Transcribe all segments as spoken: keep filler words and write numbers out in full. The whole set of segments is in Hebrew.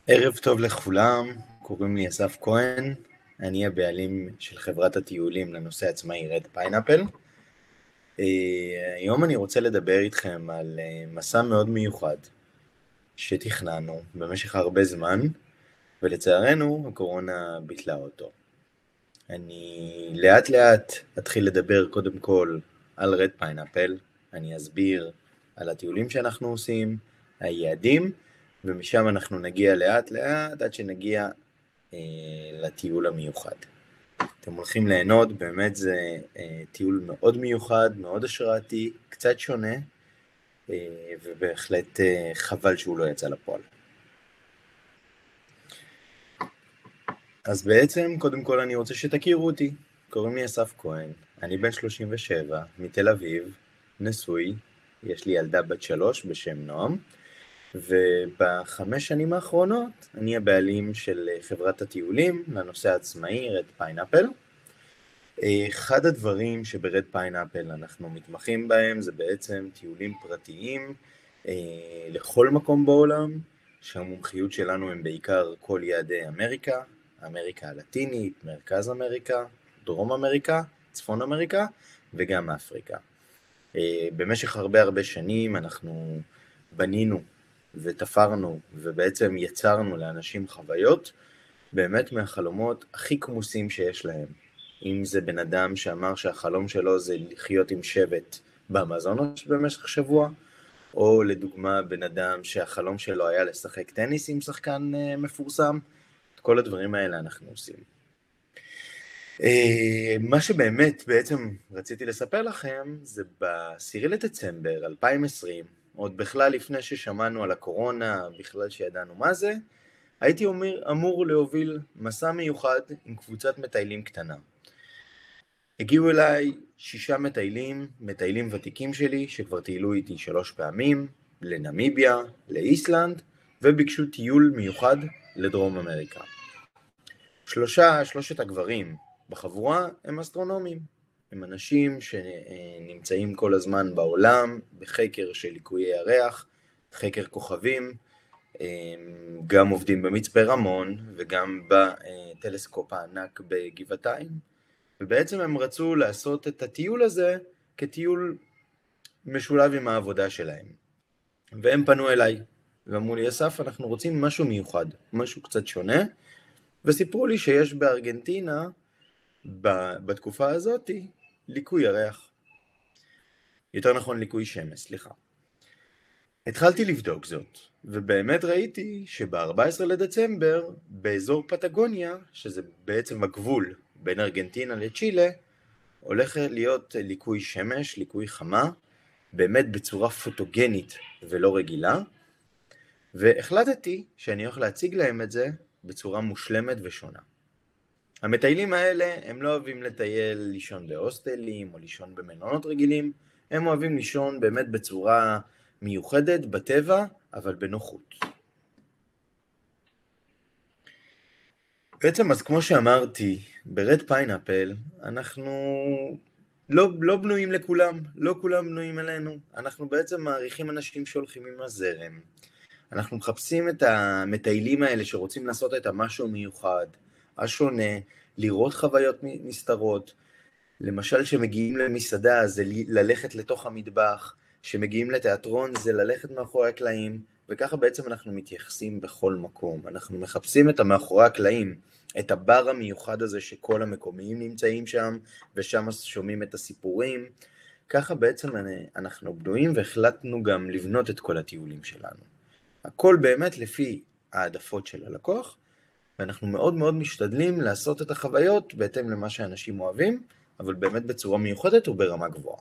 ערב טוב לכולם, קוראים לי אסף כהן, אני הבעלים של חברת הטיולים לנושא עצמאי רד פיינאפל. היום אני רוצה לדבר איתכם על מסע מאוד מיוחד שתכננו במשך הרבה זמן, ולצערנו הקורונה ביטלה אותו. אני לאט לאט אתחיל לדבר קודם כל על רד פיינאפל, אני אסביר על הטיולים שאנחנו עושים, היעדים, ומשם אנחנו נגיע לאט לאט עד שנגיע אה, לטיול המיוחד. אתם הולכים ליהנות, באמת זה אה, טיול מאוד מיוחד, מאוד השראתי, קצת שונה, אה, ובהחלט אה, חבל שהוא לא יצא לפועל. אז בעצם, קודם כל אני רוצה שתכירו אותי. קוראים לי אסף כהן, אני בן שלושים ושבע, מתל אביב, נשוי, יש לי ילדה בת שלוש בשם נועם, ובחמש שנים האחרונות אני הבעלים של חברת הטיולים לנושא העצמאי רד פיינאפל. אחד הדברים שברד פיינאפל אנחנו מתמחים בהם זה בעצם טיולים פרטיים לכל מקום בעולם, שהמומחיות שלנו הם בעיקר כל יעדי אמריקה, אמריקה הלטינית, מרכז אמריקה, דרום אמריקה, צפון אמריקה וגם אפריקה. במשך הרבה הרבה שנים אנחנו בנינו ותפרנו ובעצם יצרנו לאנשים חוויות באמת מהחלומות הכי כמוסים שיש להם. אם זה בן אדם שאמר שהחלום שלו זה לחיות עם שבט באמזונס במשך שבוע, או לדוגמה בן אדם שהחלום שלו היה לשחק טניס עם שחקן מפורסם, את כל הדברים האלה אנחנו עושים. מה שבאמת בעצם רציתי לספר לכם זה בעשירי לדצמבר אלפיים עשרים, עוד בכלל לפני ששמענו על הקורונה, בכלל שידענו מה זה, הייתי אומר, אמור להוביל מסע מיוחד עם קבוצת מטיילים קטנה. הגיעו אליי שישה מטיילים, מטיילים ותיקים שלי, שכבר טיילו איתי שלוש פעמים, לנמיביה, לאיסלנד, וביקשו טיול מיוחד לדרום אמריקה. שלושה, שלושת הגברים בחבורה הם אסטרונומים. הם אנשים שנמצאים כל הזמן בעולם, בחקר של ליקויי ירח, חקר כוכבים, גם עובדים במצפה רמון וגם בטלסקופ הענק בגבעתיים, ובעצם הם רצו לעשות את הטיול הזה כטיול משולב עם העבודה שלהם. והם פנו אליי ואמרו לי, אסף, אנחנו רוצים משהו מיוחד, משהו קצת שונה, וסיפרו לי שיש בארגנטינה בתקופה הזאת ליקוי ירח. יותר נכון ליקוי שמש, סליחה. התחלתי לבדוק זאת, ובאמת ראיתי שב-ארבעה עשר לדצמבר, באזור פטגוניה, שזה בעצם הגבול בין ארגנטינה לצ'ילה, הולך להיות ליקוי שמש, ליקוי חמה, באמת בצורה פוטוגנית ולא רגילה, והחלטתי שאני הולך להציג להם את זה בצורה מושלמת ושונה. המטיילים האלה הם לא אוהבים לטייל לישון בהוסטלים או לישון במלונות רגילים, הם אוהבים לישון באמת בצורה מיוחדת בטבע, אבל בנוחות. בעצם אז כמו שאמרתי, ברד פיינאפל אנחנו לא, לא בנויים לכולם, לא כולם בנויים אלינו. אנחנו בעצם מעריכים אנשים שהולכים עם הזרם. אנחנו מחפשים את המטיילים האלה שרוצים לעשות את המשהו מיוחד, השונה, לראות חוויות נסתרות. למשל שמגיעים למסעדה זה ללכת לתוך המטבח, שמגיעים לתיאטרון זה ללכת מאחורי הקלעים, וככה בעצם אנחנו מתייחסים בכל מקום. אנחנו מחפשים את המאחורי הקלעים, את הבר המיוחד הזה שכל המקומיים נמצאים שם, ושם שומעים את הסיפורים. ככה בעצם אנחנו בנויים והחלטנו גם לבנות את כל הטיולים שלנו. הכל באמת לפי העדפות של הלקוח, ואנחנו מאוד מאוד משתדלים לעשות את החוויות בהתאם למה שאנשים אוהבים, אבל באמת בצורה מיוחדת וברמה גבוהה.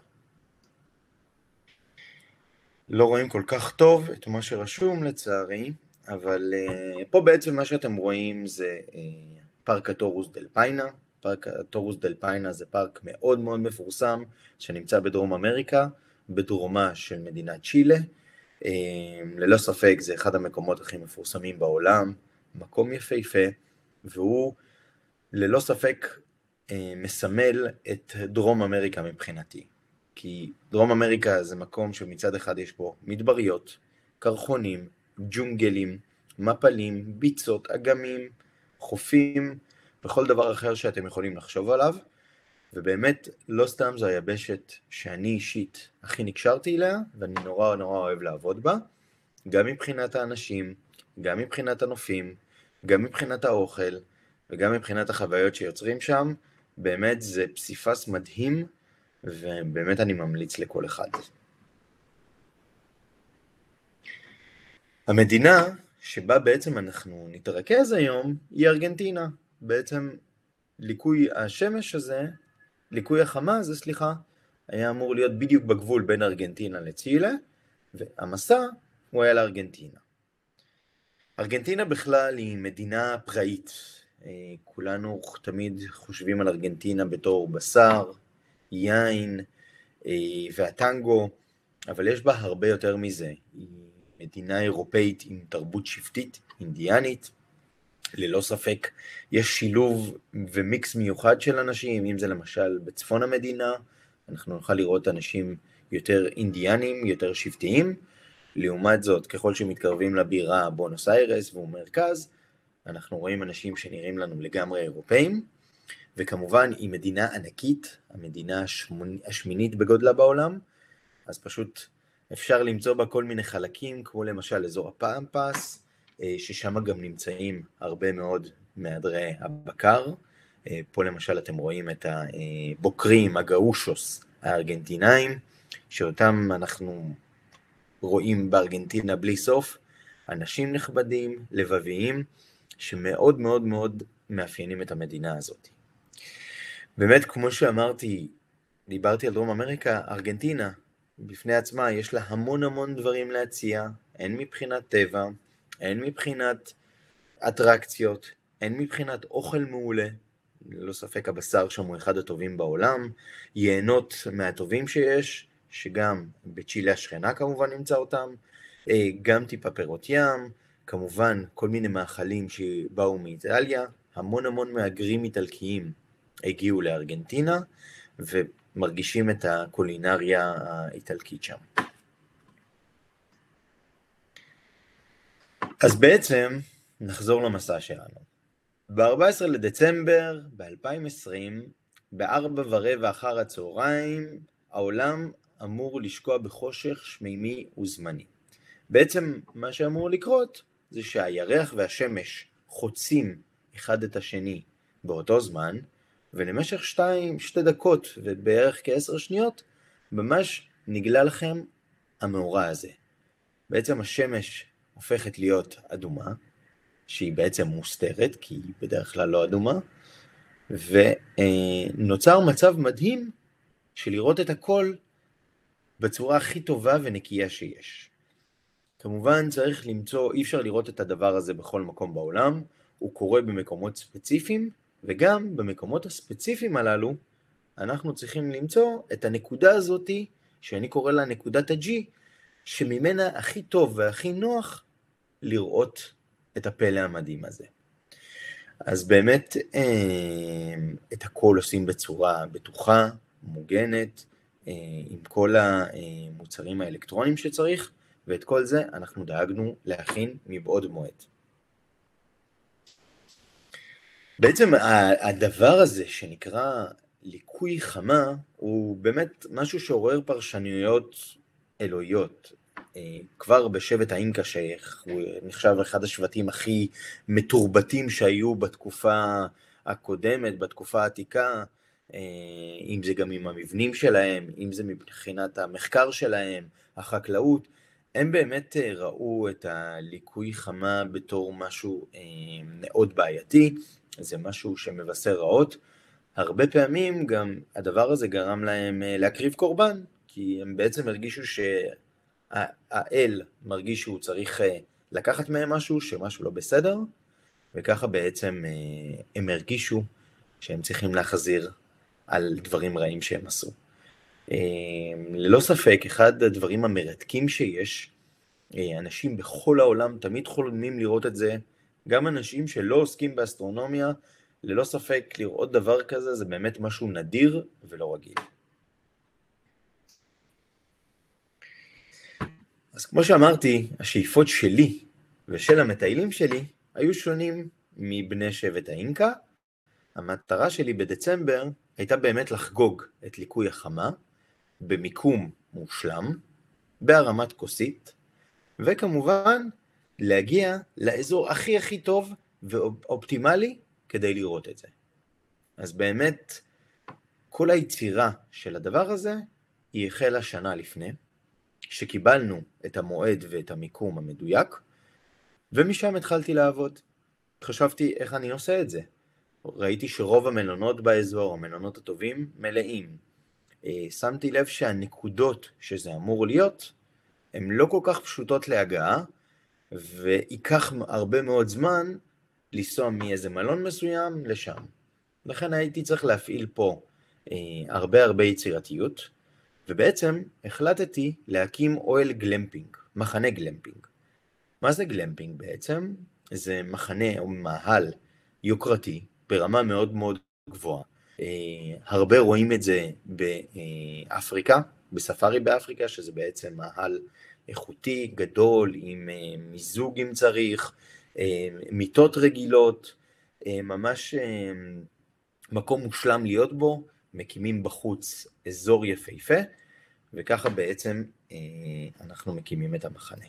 לא רואים כל כך טוב את מה שרשום לצערי, אבל uh, פה בעצם מה שאתם רואים זה uh, פארק הטורוס דל פיינה. פארק הטורוס דל פיינה זה פארק מאוד מאוד מפורסם, שנמצא בדרום אמריקה, בדרומה של מדינת צ'ילה. Uh, ללא ספק זה אחד המקומות הכי מפורסמים בעולם, מקום יפהפה, והוא ללא ספק uh, מסמל את דרום אמריקה מבחינתי. כי דרום אמריקה זה מקום שמצד אחד יש בו מדבריות, קרחונים, ג'ונגלים, מפלים, ביצות, אגמים, חופים, וכל דבר אחר שאתם יכולים לחשוב עליו, ובאמת לא סתם זו היבשת שאני אישית הכי נקשרתי אליה, ואני נורא נורא אוהב לעבוד בה, גם מבחינת האנשים, גם מבחינת הנופים, גם מבחינת האוכל, וגם מבחינת החוויות שיוצרים שם, באמת זה פסיפס מדהים, ובאמת אני ממליץ לכל אחד. המדינה שבה בעצם אנחנו נתרכז היום היא ארגנטינה. בעצם ליקוי השמש הזה, ליקוי החמה הזה, סליחה, היה אמור להיות בדיוק בגבול בין ארגנטינה לצ'ילה, והמסע הוא היה לארגנטינה. ארגנטינה בכלל היא מדינה פראית. כולנו תמיד חושבים על ארגנטינה בתור בשר, יין והטנגו, אבל יש בה הרבה יותר מזה. היא מדינה אירופאית עם תרבות שבטית, אינדיאנית, ללא ספק. יש שילוב ומיקס מיוחד של אנשים, אם זה למשל בצפון המדינה, אנחנו נוכל לראות אנשים יותר אינדיאנים, יותר שבטיים. לעומת זאת, ככל שמתקרבים לבירה בונוס איירס והוא מרכז, אנחנו רואים אנשים שנראים לנו לגמרי אירופאים, וכמובן היא מדינה ענקית, המדינה השמינית בגודלה בעולם, אז פשוט אפשר למצוא בה כל מיני חלקים, כמו למשל אזור הפאמפס, ששם גם נמצאים הרבה מאוד מעדרי הבקר. פה למשל אתם רואים את הבוקרים, הגאושוס הארגנטינאים, שאותם אנחנו רואים בארגנטינה בלי סוף, אנשים נכבדים, לבביים, שמאוד מאוד מאוד מאפיינים את המדינה הזאת. באמת, כמו שאמרתי, דיברתי על דרום אמריקה, ארגנטינה, בפני עצמה יש לה המון המון דברים להציע, הן מבחינת טבע, הן מבחינת אטרקציות, הן מבחינת אוכל מעולה, ללא ספק הבשר שם הוא אחד הטובים בעולם, ייהנות מהטובים שיש, שגם בצ'ילה השכנה כמובן נמצא אותם, גם טיפה פירות ים, כמובן כל מיני מאכלים שבאו מאיטליה, המון המון מהגרים איטלקיים הגיעו לארגנטינה, ומרגישים את הקולינריה האיטלקית שם. אז בעצם נחזור למסע שלנו. ב-ארבעה עשר לדצמבר ב-אלפיים ועשרים, בארבע ורבע אחר הצהריים, העולם אמור לשקוע בחושך שמימי וזמני. בעצם מה שאמור לקרות זה שהירח והשמש חוצים אחד את השני באותו זמן, ולמשך שתיים, שתי דקות ובערך כעשר שניות, ממש נגלה לכם המאורע הזה. בעצם השמש הופכת להיות אדומה, שהיא בעצם מוסתרת, כי היא בדרך כלל לא אדומה, ונוצר מצב מדהים של לראות את הכל בצורה הכי טובה ונקייה שיש. כמובן צריך למצוא, אי אפשר לראות את הדבר הזה בכל מקום בעולם, הוא קורה במקומות ספציפיים, וגם במקומות הספציפיים הללו, אנחנו צריכים למצוא את הנקודה הזאת, שאני קורא לה נקודת ה-G, שממנה הכי טוב והכי נוח לראות את הפלא המדהים הזה. אז באמת את הכל עושים בצורה בטוחה, מוגנת, עם כל המוצרים האלקטרונים שצריך, ואת כל זה אנחנו דאגנו להכין מבעוד מועד. בעצם הדבר הזה שנקרא ליקוי חמה, הוא באמת משהו שעורר פרשנויות אלוהיות. כבר בשבט האינקה שהוא נחשב אחד השבטים הכי מתורבתים שהיו בתקופה הקודמת, בתקופה העתיקה, אם זה גם עם המבנים שלהם, אם זה מבחינת המחקר שלהם, החקלאות, הם באמת ראו את הליקוי חמה בתור משהו מאוד בעייתי, זה משהו שמבשר רעות. הרבה פעמים גם הדבר הזה גרם להם להקריב קורבן, כי הם בעצם הרגישו שהאל מרגיש שהוא צריך לקחת מהם משהו, שמשהו לא בסדר, וככה בעצם הם הרגישו שהם צריכים להחזיר על דברים רעים שהם עשו. ללא ספק, אחד הדברים המרתקים שיש, אנשים בכל העולם תמיד חולמים לראות את זה, גם אנשים שלא עוסקים באסטרונומיה, ללא ספק לראות דבר כזה זה באמת משהו נדיר ולא רגיל. אז כמו שאמרתי, השאיפות שלי ושל המטיילים שלי היו שונים מבני שבט האינקה. המטרה שלי בדצמבר הייתה באמת לחגוג את ליקוי החמה במיקום מושלם, בהרמת כוסית, וכמובן להגיע לאזור הכי הכי טוב ואופטימלי כדי לראות את זה. אז באמת כל היצירה של הדבר הזה היא החלה שנה לפני, שקיבלנו את המועד ואת המיקום המדויק, ומשם התחלתי לעבוד. חשבתי איך אני עושה את זה. ראיתי שרוב המלונות באזור, המלונות הטובים, מלאים. שמתי לב שהנקודות שזה אמור להיות, הן לא כל כך פשוטות להגעה, ויקח הרבה מאוד זמן לנסוע מאיזה מלון מסוים לשם. לכן הייתי צריך להפעיל פה אה, הרבה הרבה יצירתיות, ובעצם החלטתי להקים אוהל גלמפינג, מחנה גלמפינג. מה זה גלמפינג בעצם? זה מחנה או מאהל יוקרתי ברמה מאוד מאוד גבוהה. אה, הרבה רואים את זה באפריקה, בספארי באפריקה, שזה בעצם מאהל איכותי, גדול, עם אה, מיזוג אם צריך, אה, מיטות רגילות, אה, ממש אה, מקום מושלם להיות בו, מקימים בחוץ אזור יפהפה, וככה בעצם אה, אנחנו מקימים את המחנה.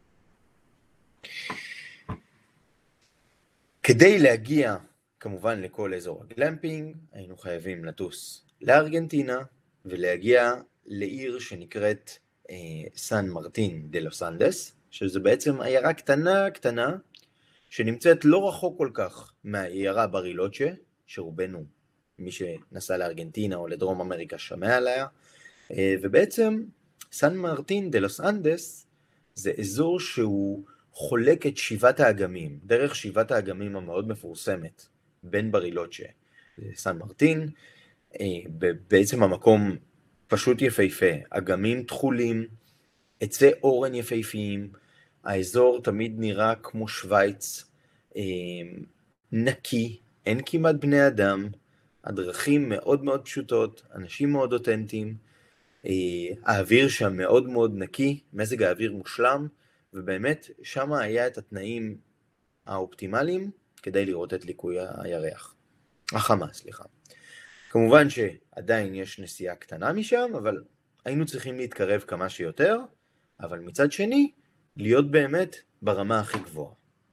כדי להגיע כמובן לכל אזור הגלמפינג, היינו חייבים לטוס לארגנטינה, ולהגיע לעיר שנקראת אה, סן מרטין דה לוס אנדס, שזה בעצם עיירה קטנה קטנה, שנמצאת לא רחוק כל כך מהעיירה ברילוצ'ה, שרובנו מי שנסע לארגנטינה או לדרום אמריקה שמע עליה, אה, ובעצם סן מרטין דה לוס אנדס זה אזור שהוא חולק את שבעת האגמים, דרך שבעת האגמים המאוד מפורסמת, בין ברילוצ'ה לסן מרטין, בעצם המקום פשוט יפהפה, אגמים תחולים, עצי אורן יפהפיים, האזור תמיד נראה כמו שוויץ, נקי, אין כמעט בני אדם, הדרכים מאוד מאוד פשוטות, אנשים מאוד אותנטיים, האוויר שם מאוד מאוד נקי, מזג האוויר מושלם, ובאמת שם היה את התנאים האופטימליים כדי לראות את ליקוי הירח. החמה, סליחה. כמובן שעדיין יש נסיעה קטנה משם, אבל היינו צריכים להתקרב כמה שיותר, אבל מצד שני, להיות באמת ברמה הכי גבוהה.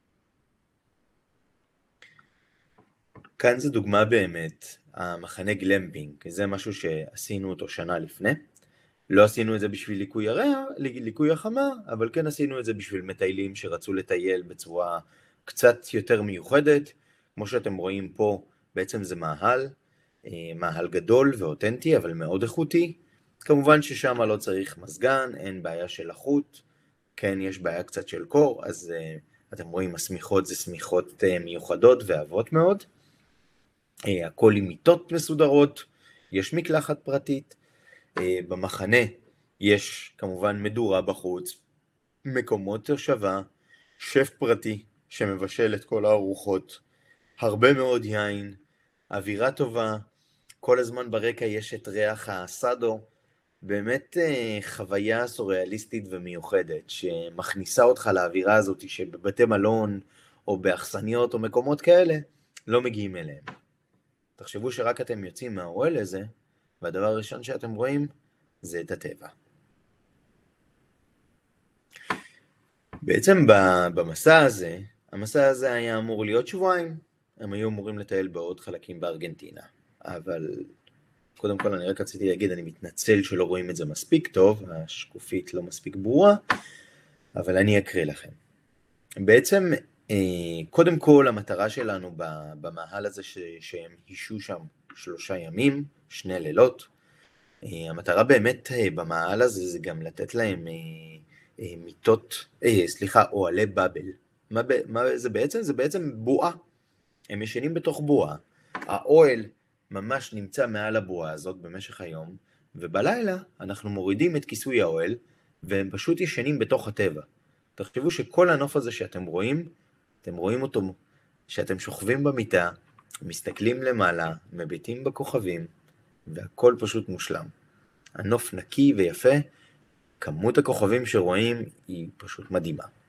כאן זו דוגמה באמת, המחנה גלמפינג, זה משהו שעשינו אותו שנה לפני. לא עשינו את זה בשביל ליקוי ירח, ליקוי החמה, אבל כן עשינו את זה בשביל מטיילים שרצו לטייל בצורה קצת יותר מיוחדת. כמו שאתם רואים פה, בעצם זה מאהל, מאהל גדול ואותנטי, אבל מאוד איכותי. כמובן ששם לא צריך מזגן, אין בעיה של לחות, כן יש בעיה קצת של קור, אז אתם רואים הסמיכות זה סמיכות מיוחדות ואהבות מאוד. הכל עם מיטות מסודרות, יש מקלחת פרטית, במחנה יש כמובן מדורה בחוץ, מקומות הושבה, שף פרטי שמבשל את כל הארוחות, הרבה מאוד יין, אווירה טובה, כל הזמן ברקע יש את ריח האסדו, באמת חוויה סוריאליסטית ומיוחדת שמכניסה אותך לאווירה הזאת שבבתי מלון או באכסניות או מקומות כאלה לא מגיעים אליהם. תחשבו שרק אתם יוצאים מהאוהל הזה, והדבר הראשון שאתם רואים זה את הטבע. בעצם במסע הזה, המסע הזה היה אמור להיות שבועיים, הם היו אמורים לטייל בעוד חלקים בארגנטינה, אבל קודם כל אני רק רציתי להגיד, אני מתנצל שלא רואים את זה מספיק טוב, השקופית לא מספיק ברורה, אבל אני אקריא לכם. בעצם, קודם כל המטרה שלנו במאהל הזה שהם הישו שם שלושה ימים, שני לילות, המטרה באמת במאהל הזה זה גם לתת להם מיטות, סליחה, אוהלי בבל. מה, מה זה בעצם? זה בעצם בועה. הם ישנים בתוך בועה. האוהל ממש נמצא מעל הבועה הזאת במשך היום, ובלילה אנחנו מורידים את כיסוי האוהל, והם פשוט ישנים בתוך הטבע. תחשבו שכל הנוף הזה שאתם רואים, אתם רואים אותו, שאתם שוכבים במיטה, מסתכלים למעלה, מביטים בכוכבים, והכל פשוט מושלם. הנוף נקי ויפה, כמות הכוכבים שרואים היא פשוט מדהימה.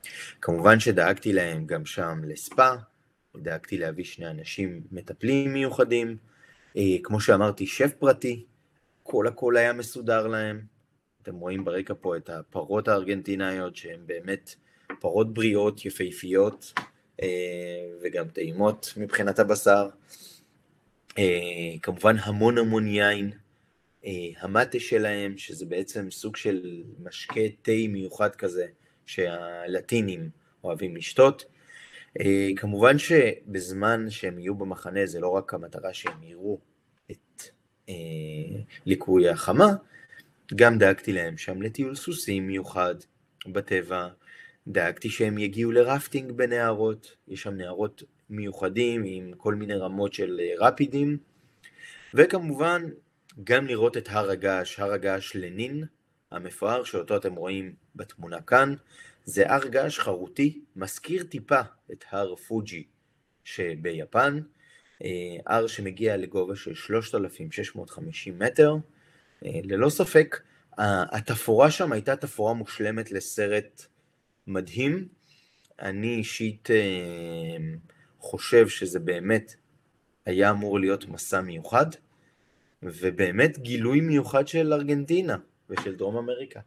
כמובן שדאגתי להם גם שם לספה, דאגתי להביא שני אנשים מטפלים מיוחדים, כמו שאמרתי, שף פרטי, כל הכל היה מסודר להם. אתם רואים ברקע פה את הפרות הארגנטינאיות, שהן באמת פרות בריאות, יפהפיות, וגם טעימות מבחינת הבשר. כמובן המון המון יין, המטה שלהם, שזה בעצם סוג של משקה תה מיוחד כזה, שהלטינים אוהבים לשתות. כמובן שבזמן שהם יהיו במחנה, זה לא רק המטרה שהם יראו את ליקוי החמה, גם דאגתי להם שם לטיול סוסים מיוחד בטבע, דאגתי שהם יגיעו לרפטינג בנהרות, יש שם נהרות מיוחדים עם כל מיני רמות של רפידים, וכמובן גם לראות את הר הגעש, הר הגעש לנין המפואר שאותו אתם רואים בתמונה כאן, זה הר געש חרותי, מזכיר טיפה את הר פוג'י שביפן, הר שמגיע לגובה של שלושת אלפים שש מאות וחמישים מטר, ללא ספק, התפאורה שם הייתה תפאורה מושלמת לסרט מדהים, אני אישית חושב שזה באמת היה אמור להיות מסע מיוחד, ובאמת גילוי מיוחד של ארגנטינה ושל דרום אמריקה.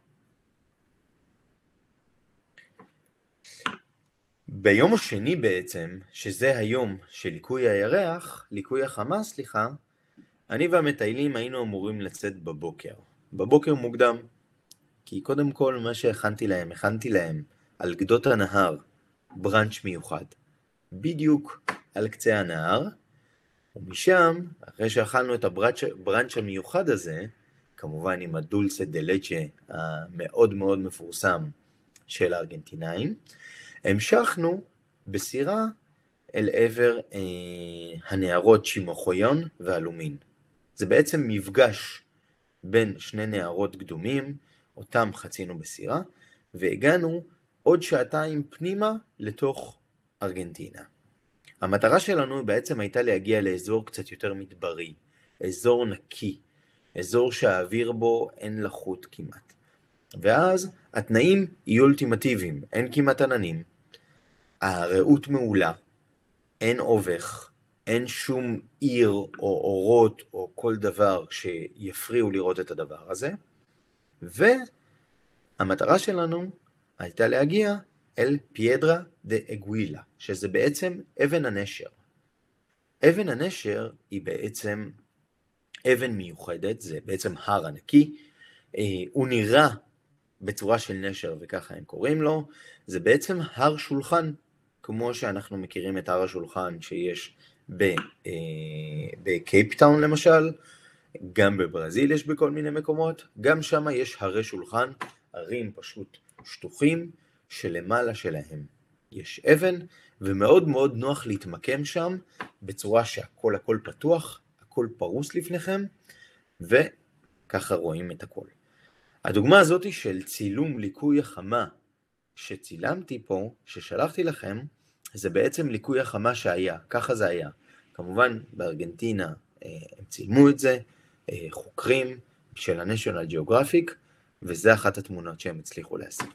ביום השני בעצם, שזה היום של ליקוי הירח, ליקוי החמה, סליחה, אני והמטיילים היינו אמורים לצאת בבוקר. בבוקר מוקדם, כי קודם כל מה שהכנתי להם, הכנתי להם על גדות הנהר, ברנץ' מיוחד. בדיוק על קצה הנהר, ומשם, אחרי שאכלנו את הברנץ' המיוחד הזה, כמובן עם הדולסה דה לצ'ה המאוד מאוד מפורסם של הארגנטינאים, המשכנו בסירה אל עבר אה, הנהרות שימוכויון ואלומין. זה בעצם מפגש בין שני נהרות קדומים, אותם חצינו בסירה, והגענו עוד שעתיים פנימה לתוך ארגנטינה. המטרה שלנו בעצם הייתה להגיע לאזור קצת יותר מדברי, אזור נקי, אזור שהאוויר בו אין לחות כמעט. ואז התנאים יהיו אולטימטיביים, אין כמעט עננים, הרעות מעולה, אין אובך, אין שום עיר או אורות או כל דבר שיפריעו לראות את הדבר הזה, והמטרה שלנו הייתה להגיע אל פיידרה דה אגווילה, שזה בעצם אבן הנשר. אבן הנשר היא בעצם אבן מיוחדת, זה בעצם הר ענקי, הוא נראה בצורה של נשר וככה הם קוראים לו, זה בעצם הר שולחן, כמו שאנחנו מכירים את הר השולחן שיש בקייפטאון למשל, גם בברזיל יש בכל מיני מקומות, גם שם יש הרי שולחן, הרים פשוט שטוחים שלמעלה שלהם יש אבן, ומאוד מאוד נוח להתמקם שם בצורה שהכל הכל פתוח, הכל פרוס לפניכם, וככה רואים את הכל. הדוגמה הזאת של צילום ליקוי החמה שצילמתי פה, ששלחתי לכם, זה בעצם ליקוי החמה שהיה, ככה זה היה. כמובן בארגנטינה הם צילמו את זה, חוקרים של ה-National Geographic, וזה אחת התמונות שהם הצליחו להשיג.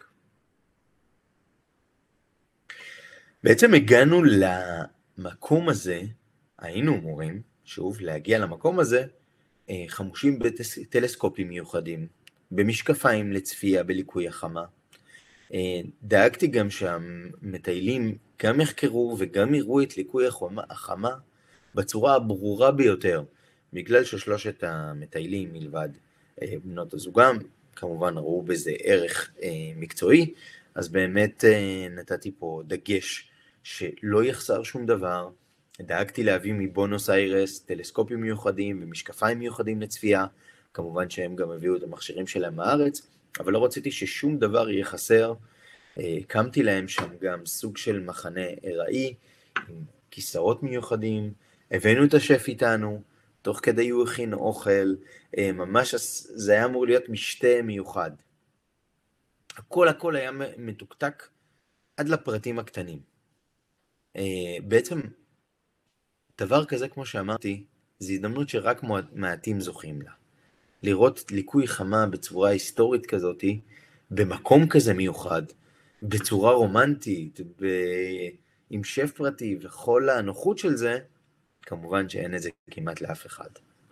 בעצם הגענו למקום הזה, היינו אמורים, שוב, להגיע למקום הזה, חמושים בטלסקופים מיוחדים, במשקפיים לצפייה בליקוי החמה. דאגתי גם שהמטיילים גם יחקרו וגם יראו את ליקוי החמה בצורה הברורה ביותר, בגלל ששלושת המטיילים מלבד בנות הזוגם, כמובן ראו בזה ערך מקצועי, אז באמת נתתי פה דגש שלא יחסר שום דבר, דאגתי להביא מבונוס איירס טלסקופים מיוחדים ומשקפיים מיוחדים לצפייה, כמובן שהם גם הביאו את המכשירים שלהם מארץ, אבל לא רציתי ששום דבר יהיה חסר, הקמתי להם שם גם סוג של מחנה עראי, עם כיסאות מיוחדים, הבאנו את השף איתנו, תוך כדי הוא הכין אוכל, ממש זה היה אמור להיות משתה מיוחד. הכל הכל היה מתוקתק עד לפרטים הקטנים. בעצם דבר כזה כמו שאמרתי, זו הזדמנות שרק מעטים זוכים לה. לראות ליקוי חמה בצורה היסטורית כזאת, במקום כזה מיוחד, בצורה רומנטית, ב... עם שף פרטי וכל הנוחות של זה, כמובן שאין את זה כמעט לאף אחד.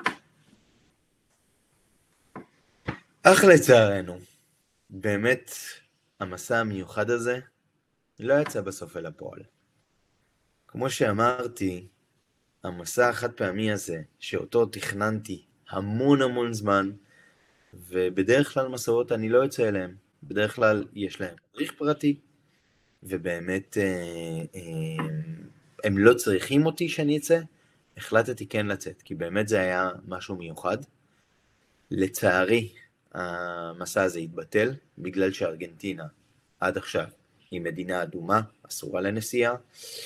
אך לצערנו, באמת המסע המיוחד הזה לא יצא בסוף אל הפועל. כמו שאמרתי, המסע החד פעמי הזה, שאותו תכננתי המון המון זמן, ובדרך כלל מסעות אני לא יוצא אליהם, בדרך כלל יש להם מדריך פרטי, ובאמת אה, אה, הם לא צריכים אותי שאני אצא, החלטתי כן לצאת, כי באמת זה היה משהו מיוחד. לצערי, המסע הזה התבטל, בגלל שארגנטינה עד עכשיו היא מדינה אדומה, אסורה לנסיעה.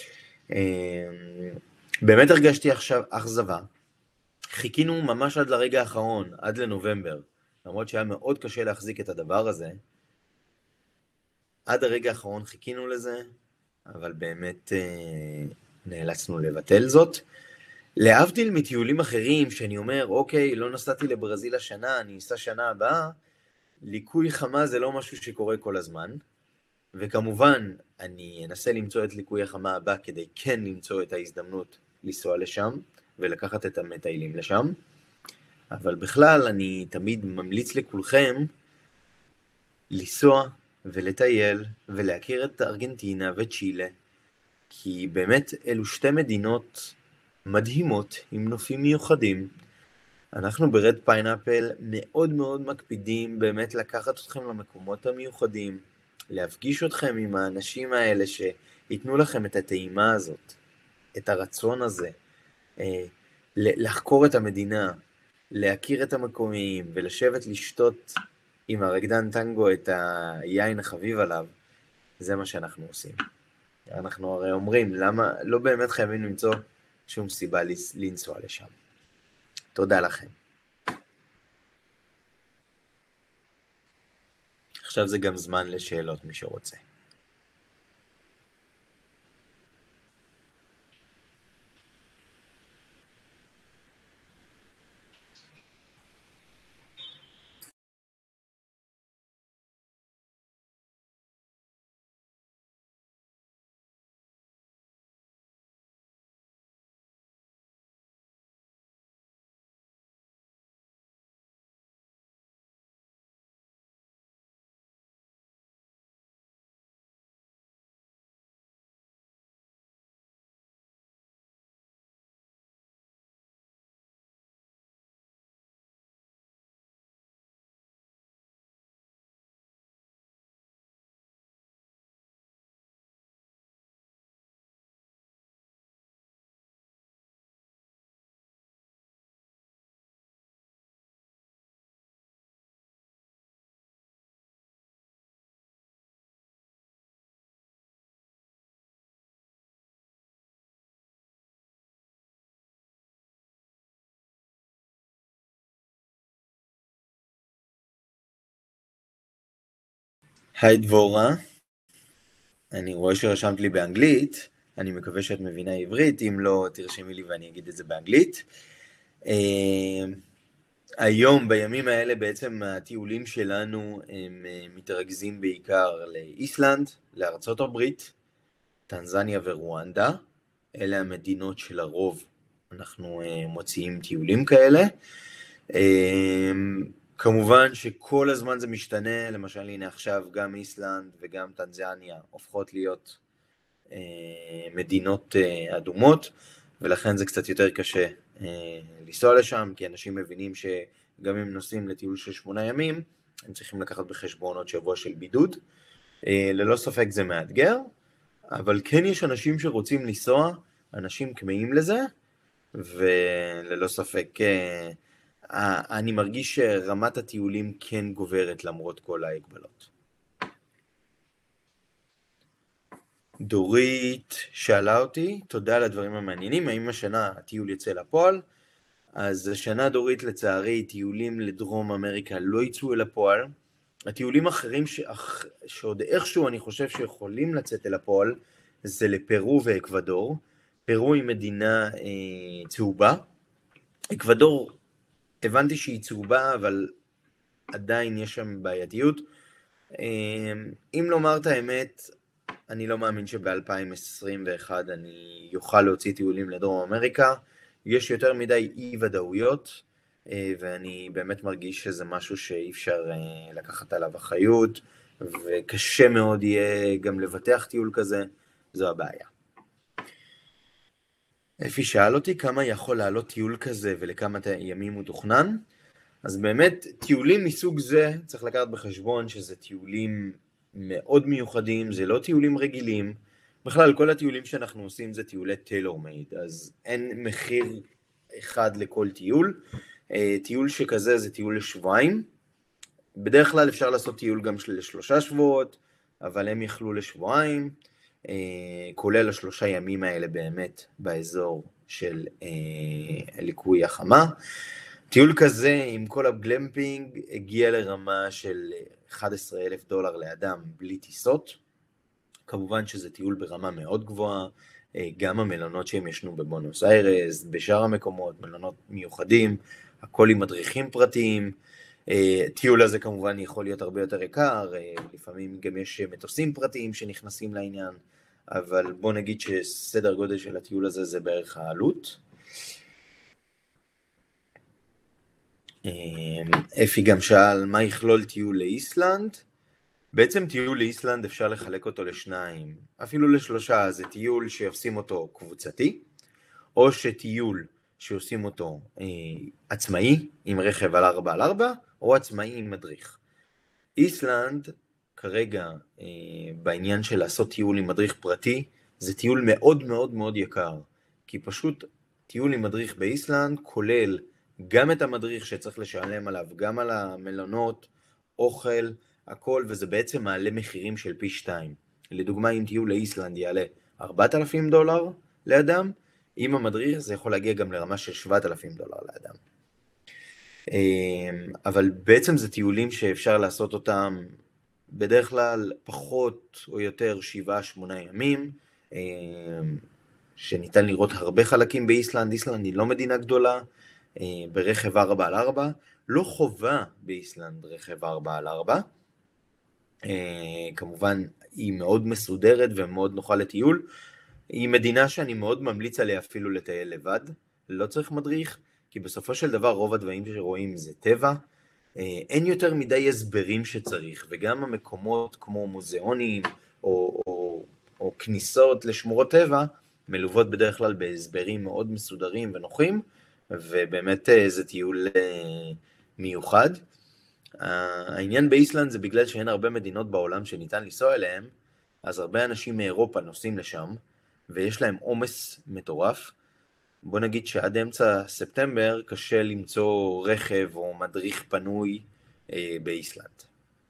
באמת הרגשתי עכשיו אכזבה. חיכינו ממש עד לרגע האחרון, עד לנובמבר, למרות שהיה מאוד קשה להחזיק את הדבר הזה. עד הרגע האחרון חיכינו לזה, אבל באמת אה, נאלצנו לבטל זאת. להבדיל מטיולים אחרים, שאני אומר, אוקיי, לא נסעתי לברזיל השנה, אני אסע שנה הבאה, ליקוי חמה זה לא משהו שקורה כל הזמן, וכמובן, אני אנסה למצוא את ליקוי החמה הבא, כדי כן למצוא את ההזדמנות לנסוע לשם, ולקחת את המטיילים לשם, אבל בכלל אני תמיד ממליץ לכולכם, לנסוע ולטייל, ולהכיר את ארגנטינה וצ'ילה, כי באמת אלו שתי מדינות מדהימות, עם נופים מיוחדים. אנחנו ברד פיינאפל מאוד מאוד מקפידים באמת לקחת אתכם למקומות המיוחדים, להפגיש אתכם עם האנשים האלה שיתנו לכם את הטעימה הזאת, את הרצון הזה, לחקור את המדינה, להכיר את המקומיים ולשבת לשתות עם הרקדן טנגו את היין החביב עליו. זה מה שאנחנו עושים. אנחנו הרי אומרים, למה לא באמת חייבים למצוא שום סיבה לנסוע לשם. תודה לכם. עכשיו זה גם זמן לשאלות מי שרוצה. היי דבורה, אני רואה שרשמת לי באנגלית, אני מקווה שאת מבינה עברית, אם לא תרשמי לי ואני אגיד את זה באנגלית. היום, בימים האלה, בעצם הטיולים שלנו הם מתרכזים בעיקר לאיסלנד, לארצות הברית, טנזניה ורואנדה. אלה המדינות שלרוב אנחנו מוציאים טיולים כאלה. כמובן שכל הזמן זה משתנה, למשל הנה עכשיו גם איסלנד וגם טנזניה הופכות להיות מדינות אדומות, ולכן זה קצת יותר קשה לנסוע לשם, כי אנשים מבינים שגם אם נוסעים לטיול של שמונה ימים, הם צריכים לקחת בחשבון עוד שבוע של בידוד. ללא ספק זה מאתגר, אבל כן יש אנשים שרוצים לנסוע, אנשים כמהים לזה, וללא ספק אני מרגיש שרמת הטיולים כן גוברת למרות כל ההגבלות. דורית שאלה אותי, תודה על הדברים המעניינים, האם השנה הטיול יצא לפועל? אז השנה דורית לצערי טיולים לדרום אמריקה לא יצאו אל הפועל. הטיולים האחרים ש... שעוד איכשהו אני חושב שיכולים לצאת אל הפועל, זה לפרו ואקוודור. פרו היא מדינה אה, צהובה. אקוודור הבנתי שהיא צהובה, אבל עדיין יש שם בעייתיות. אם לומר את האמת, אני לא מאמין שב-אלפיים עשרים ואחת אני יוכל להוציא טיולים לדרום אמריקה. יש יותר מדי אי ודאויות, ואני באמת מרגיש שזה משהו שאי אפשר לקחת עליו אחריות, וקשה מאוד יהיה גם לבטח טיול כזה, זו הבעיה. אפי שאל אותי כמה יכול לעלות טיול כזה ולכמה ימים הוא תוכנן. אז באמת טיולים מסוג זה צריך לקחת בחשבון שזה טיולים מאוד מיוחדים, זה לא טיולים רגילים. בכלל כל הטיולים שאנחנו עושים זה טיולי טיילור מייד, אז אין מחיר אחד לכל טיול. טיול שכזה זה טיול לשבועיים. בדרך כלל אפשר לעשות טיול גם לשלושה שבועות, אבל הם יכלו לשבועיים, כולל השלושה ימים האלה באמת באזור של ליקוי החמה. טיול כזה עם כל הגלמפינג הגיע לרמה של אחד עשר אלף דולר לאדם בלי טיסות. כמובן שזה טיול ברמה מאוד גבוהה, גם המלונות שהם ישנו בבונוס איירס, בשאר המקומות, מלונות מיוחדים, הכל עם מדריכים פרטיים. טיול הזה כמובן יכול להיות הרבה יותר יקר, לפעמים גם יש מטוסים פרטיים שנכנסים לעניין, אבל בוא נגיד שסדר גודל של הטיול הזה זה בערך העלות. אפי גם שאל מה יכלול טיול לאיסלנד. בעצם טיול לאיסלנד אפשר לחלק אותו לשניים, אפילו לשלושה. זה טיול שעושים אותו קבוצתי, או שטיול שעושים אותו אה, עצמאי עם רכב על ארבע על ארבע, או עצמאי עם מדריך. איסלנד כרגע אה, בעניין של לעשות טיול עם מדריך פרטי, זה טיול מאוד מאוד מאוד יקר, כי פשוט טיול עם מדריך באיסלנד כולל גם את המדריך שצריך לשלם עליו, גם על המלונות, אוכל, הכל, וזה בעצם מעלה מחירים של פי שתיים. לדוגמה, אם טיול לאיסלנד יעלה ארבעת אלפים דולר לאדם, עם המדריך זה יכול להגיע גם לרמה של שבעת אלפים דולר לאדם. אבל בעצם זה טיולים שאפשר לעשות אותם בדרך כלל פחות או יותר שבעה שמונה ימים, שניתן לראות הרבה חלקים באיסלנד. איסלנד היא לא מדינה גדולה, ברכב ארבע על ארבע, לא חובה באיסלנד רכב ארבע על ארבע, כמובן היא מאוד מסודרת ומאוד נוחה לטיול. היא מדינה שאני מאוד ממליץ עליה אפילו לטייל לבד, לא צריך מדריך, כי בסופו של דבר רוב הדברים שרואים זה טבע, אין יותר מדי הסברים שצריך, וגם המקומות כמו מוזיאונים או, או, או כניסות לשמורות טבע, מלוות בדרך כלל בהסברים מאוד מסודרים ונוחים, ובאמת זה טיול מיוחד. העניין באיסלנד זה בגלל שאין הרבה מדינות בעולם שניתן לנסוע אליהם, אז הרבה אנשים מאירופה נוסעים לשם, ויש להם עומס מטורף. בוא נגיד שעד אמצע ספטמבר קשה למצוא רכב או מדריך פנוי אה, באיסלנד.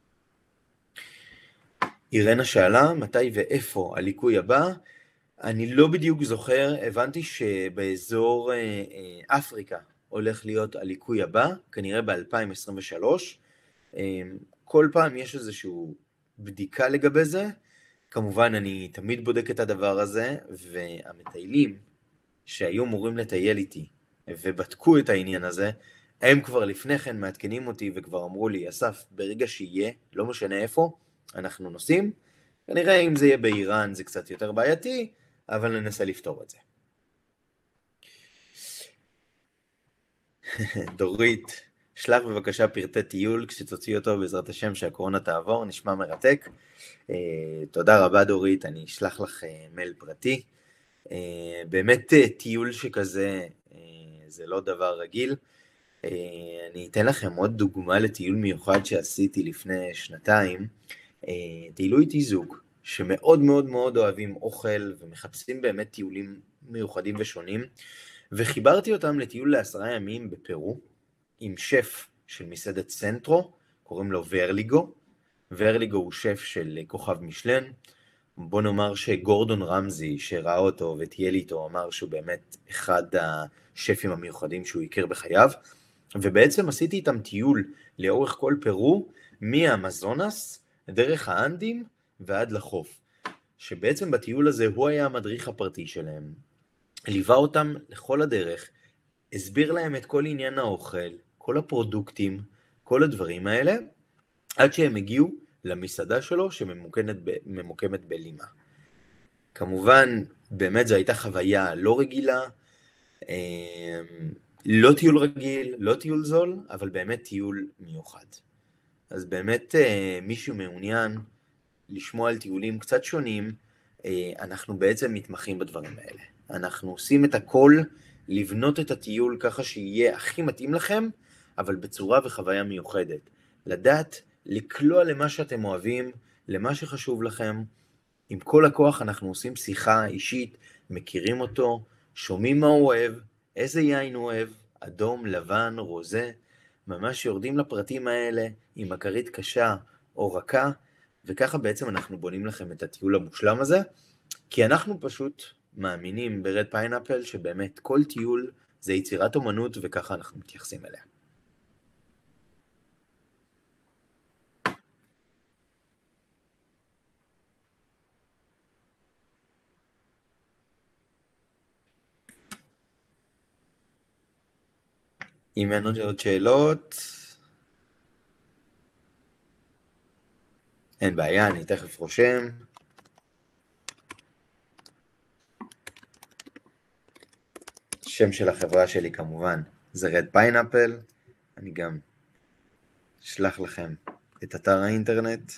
אירנה שאלה, מתי ואיפה הליקוי הבא? אני לא בדיוק זוכר, הבנתי שבאזור אה, אה, אפריקה הולך להיות הליקוי הבא, כנראה ב-אלפיים עשרים ושלוש. אה, כל פעם יש איזושהי בדיקה לגבי זה, כמובן אני תמיד בודק את הדבר הזה, והמטיילים שהיו אמורים לטייל איתי ובדקו את העניין הזה, הם כבר לפני כן מעדכנים אותי וכבר אמרו לי, אסף, ברגע שיהיה, לא משנה איפה, אנחנו נוסעים. כנראה אם זה יהיה באיראן זה קצת יותר בעייתי, אבל ננסה לפתור את זה. דורית, שלח בבקשה פרטי טיול כשתוציא אותו בעזרת השם שהקורונה תעבור, נשמע מרתק. תודה רבה דורית, אני אשלח לך מייל פרטי. באמת טיול שכזה זה לא דבר רגיל. אני אתן לכם עוד דוגמה לטיול מיוחד שעשיתי לפני שנתיים. טיילו איתי זוג שמאוד מאוד מאוד אוהבים אוכל ומחפשים באמת טיולים מיוחדים ושונים, וחיברתי אותם לטיול לעשרה ימים בפרו עם שף של מסעדת סנטרו, קוראים לו ורליגו. ורליגו הוא שף של כוכב משלן. בוא נאמר שגורדון רמזי שראה אותו וטייל איתו אמר שהוא באמת אחד השפים המיוחדים שהוא הכיר בחייו, ובעצם עשיתי איתם טיול לאורך כל פרו, מהאמזונס דרך האנדים ועד לחוף, שבעצם בטיול הזה הוא היה המדריך הפרטי שלהם, ליווה אותם לכל הדרך, הסביר להם את כל עניין האוכל, כל הפרודוקטים, כל הדברים האלה, עד שהם הגיעו למסעדה שלו שממוקמת בלימה. כמובן, באמת זו הייתה חוויה לא רגילה, לא טיול רגיל, לא טיול זול, אבל באמת טיול מיוחד. אז באמת מישהו מעוניין לשמוע על טיולים קצת שונים, אנחנו בעצם מתמחים בדברים האלה. אנחנו עושים את הכל לבנות את הטיול ככה שיהיה הכי מתאים לכם, אבל בצורה וחוויה מיוחדת. לדעת לקלוע למה שאתם אוהבים, למה שחשוב לכם. עם כל הכוח אנחנו עושים שיחה אישית, מכירים אותו, שומעים מה הוא אוהב, איזה יין הוא אוהב, אדום, לבן, רוזה, ממש יורדים לפרטים האלה עם הכרית קשה או רכה, וככה בעצם אנחנו בונים לכם את הטיול המושלם הזה, כי אנחנו פשוט מאמינים ברד פיינאפל שבאמת כל טיול זה יצירת אומנות וככה אנחנו מתייחסים אליה. אם אין עוד שאלות, אין בעיה, אני תכף רושם. שם של החברה שלי כמובן זה רד פיינאפל, אני גם אשלח לכם את אתר האינטרנט.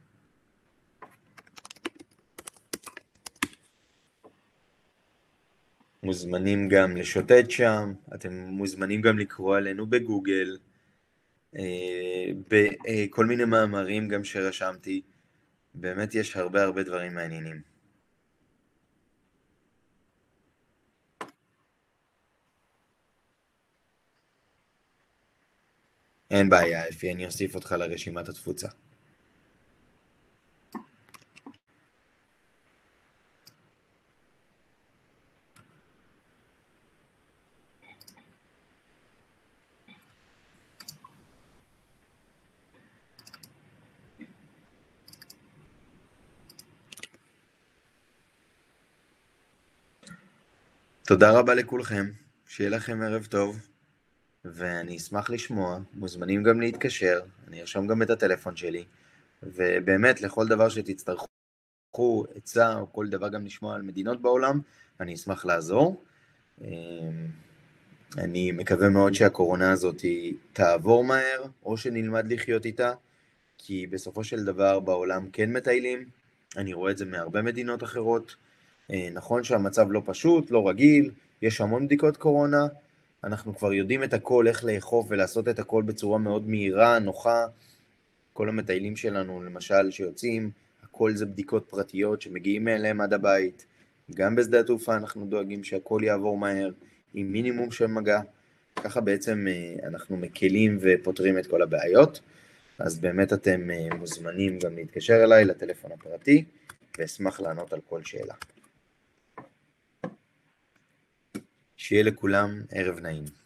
מוזמנים גם לשוטט שם, אתם מוזמנים גם לקרוא עלינו בגוגל, בכל מיני מאמרים גם שרשמתי, באמת יש הרבה הרבה דברים מעניינים. אין בעיה, אפי, אני אוסיף אותך לרשימת התפוצה. תודה רבה לכולכם, שיהיה לכם ערב טוב, ואני אשמח לשמוע, מוזמנים גם להתקשר, אני ארשום גם את הטלפון שלי, ובאמת לכל דבר שתצטרכו עצה או כל דבר גם לשמוע על מדינות בעולם, אני אשמח לעזור. אני מקווה מאוד שהקורונה הזאת תעבור מהר, או שנלמד לחיות איתה, כי בסופו של דבר בעולם כן מטיילים, אני רואה את זה מהרבה מדינות אחרות, נכון שהמצב לא פשוט, לא רגיל, יש המון בדיקות קורונה, אנחנו כבר יודעים את הכל, איך לאכוף ולעשות את הכל בצורה מאוד מהירה, נוחה, כל המטיילים שלנו, למשל, שיוצאים, הכל זה בדיקות פרטיות שמגיעים אליהם עד הבית, גם בשדה התעופה אנחנו דואגים שהכל יעבור מהר, עם מינימום של מגע, ככה בעצם אנחנו מקלים ופותרים את כל הבעיות, אז באמת אתם מוזמנים גם להתקשר אליי לטלפון הפרטי, ואשמח לענות על כל שאלה. שיהיה לכולם ערב נעים.